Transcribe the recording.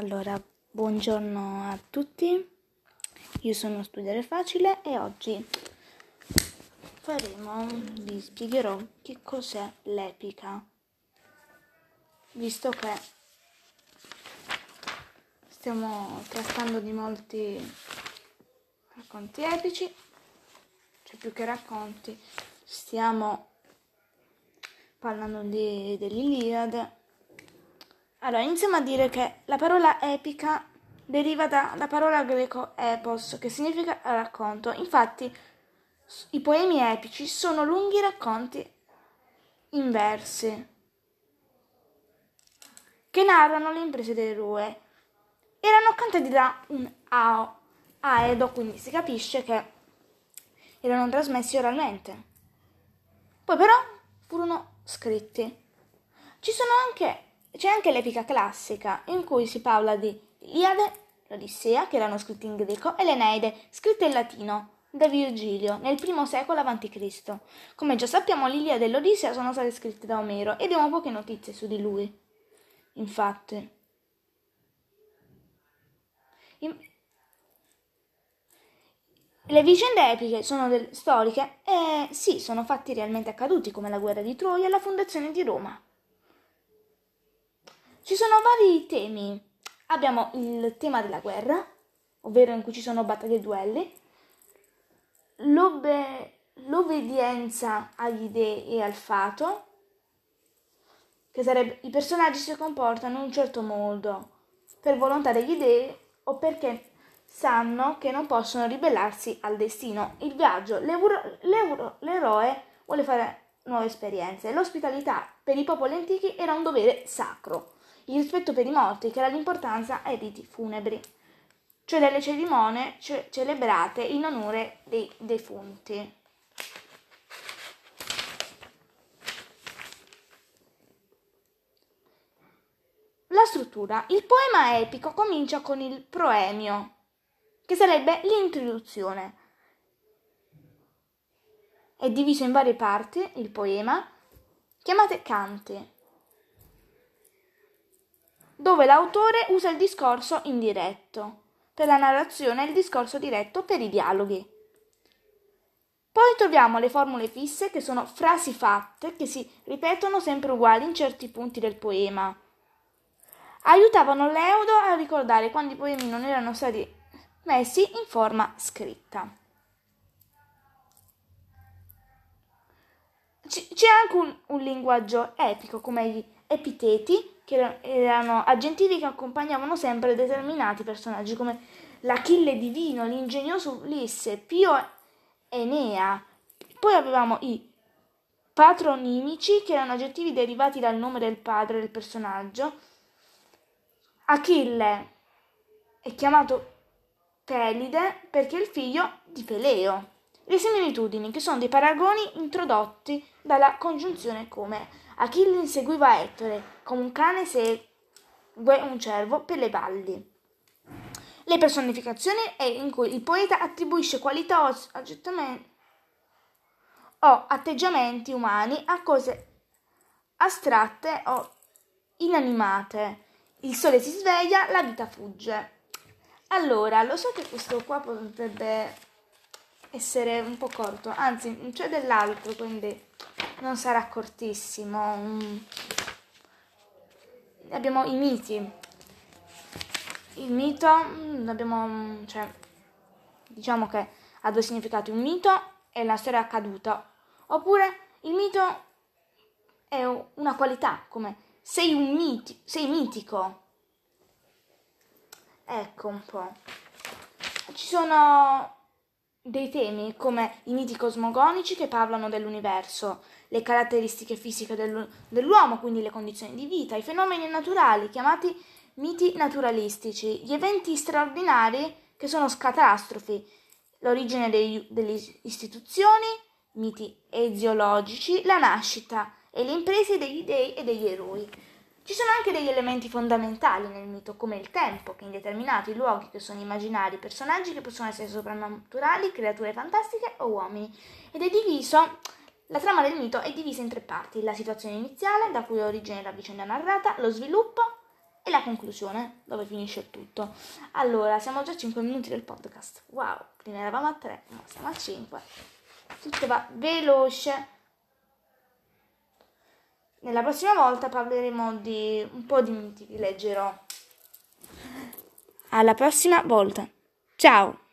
Allora, buongiorno a tutti, io sono Studiare Facile e oggi vi spiegherò che cos'è l'epica, visto che stiamo trattando di molti racconti epici, cioè più che racconti, stiamo parlando dell'Iliade. Allora, iniziamo a dire che la parola epica deriva dalla parola greco epos, che significa racconto. Infatti, i poemi epici sono lunghi racconti in versi che narrano le imprese dell'eroe. Erano cantati da un aedo, quindi si capisce che erano trasmessi oralmente. Poi però furono scritti. C'è anche l'epica classica, in cui si parla di Iliade, l'Odissea, che erano scritti in greco, e l'Eneide, scritte in latino, da Virgilio, nel I secolo a.C. Come già sappiamo, l'Iliade e l'Odissea sono state scritte da Omero e abbiamo poche notizie su di lui. Infatti, le vicende epiche sono storiche e sì, sono fatti realmente accaduti, come la guerra di Troia e la fondazione di Roma. Ci sono vari temi. Abbiamo il tema della guerra, ovvero in cui ci sono battaglie e duelli, l'obbedienza agli dei e al fato, che sarebbe i personaggi si comportano in un certo modo per volontà degli dei o perché sanno che non possono ribellarsi al destino. Il viaggio, l'eroe vuole fare nuove esperienze. L'ospitalità per i popoli antichi era un dovere sacro. Il rispetto per i morti, che era l'importanza ai riti funebri, cioè delle cerimonie celebrate in onore dei defunti. La struttura. Il poema epico comincia con il proemio, che sarebbe l'introduzione. È diviso in varie parti, il poema, chiamate canti, dove l'autore usa il discorso indiretto per la narrazione e il discorso diretto per i dialoghi. Poi troviamo le formule fisse, che sono frasi fatte che si ripetono sempre uguali in certi punti del poema. Aiutavano l'Eudo a ricordare quando i poemi non erano stati messi in forma scritta. C'è anche un linguaggio epico, come gli epiteti, che erano aggettivi che accompagnavano sempre determinati personaggi, come l'Achille divino, l'ingegnoso Ulisse, Pio Enea. Poi avevamo i patronimici, che erano aggettivi derivati dal nome del padre del personaggio. Achille è chiamato Pelide perché è il figlio di Peleo. Le similitudini, che sono dei paragoni introdotti dalla congiunzione come Achille inseguiva Ettore, come un cane segue un cervo per le valli. Le personificazioni è in cui il poeta attribuisce qualità o atteggiamenti umani a cose astratte o inanimate. Il sole si sveglia, la vita fugge. Allora, lo so che questo qua potrebbe essere un po' corto, anzi c'è dell'altro, quindi non sarà cortissimo. Abbiamo i miti. Il mito diciamo che ha due significati. Un mito è una storia accaduta, oppure il mito è una qualità, come sei mitico. Ecco un po'. Ci sono dei temi come i miti cosmogonici, che parlano dell'universo, le caratteristiche fisiche dell'uomo, quindi le condizioni di vita, i fenomeni naturali, chiamati miti naturalistici, gli eventi straordinari, che sono catastrofi, l'origine delle istituzioni, miti eziologici, la nascita e le imprese degli dei e degli eroi. Ci sono anche degli elementi fondamentali nel mito, come il tempo, che in determinati luoghi, che sono immaginari, personaggi che possono essere soprannaturali, creature fantastiche o uomini. La trama del mito è divisa in tre parti: la situazione iniziale, da cui ha origine la vicenda narrata, lo sviluppo e la conclusione, dove finisce il tutto. Allora, siamo già a 5 minuti del podcast. Wow, prima eravamo a 3, ma siamo a 5. Tutto va veloce. Nella prossima volta parleremo di un po' di miti, vi leggerò. Alla prossima volta. Ciao!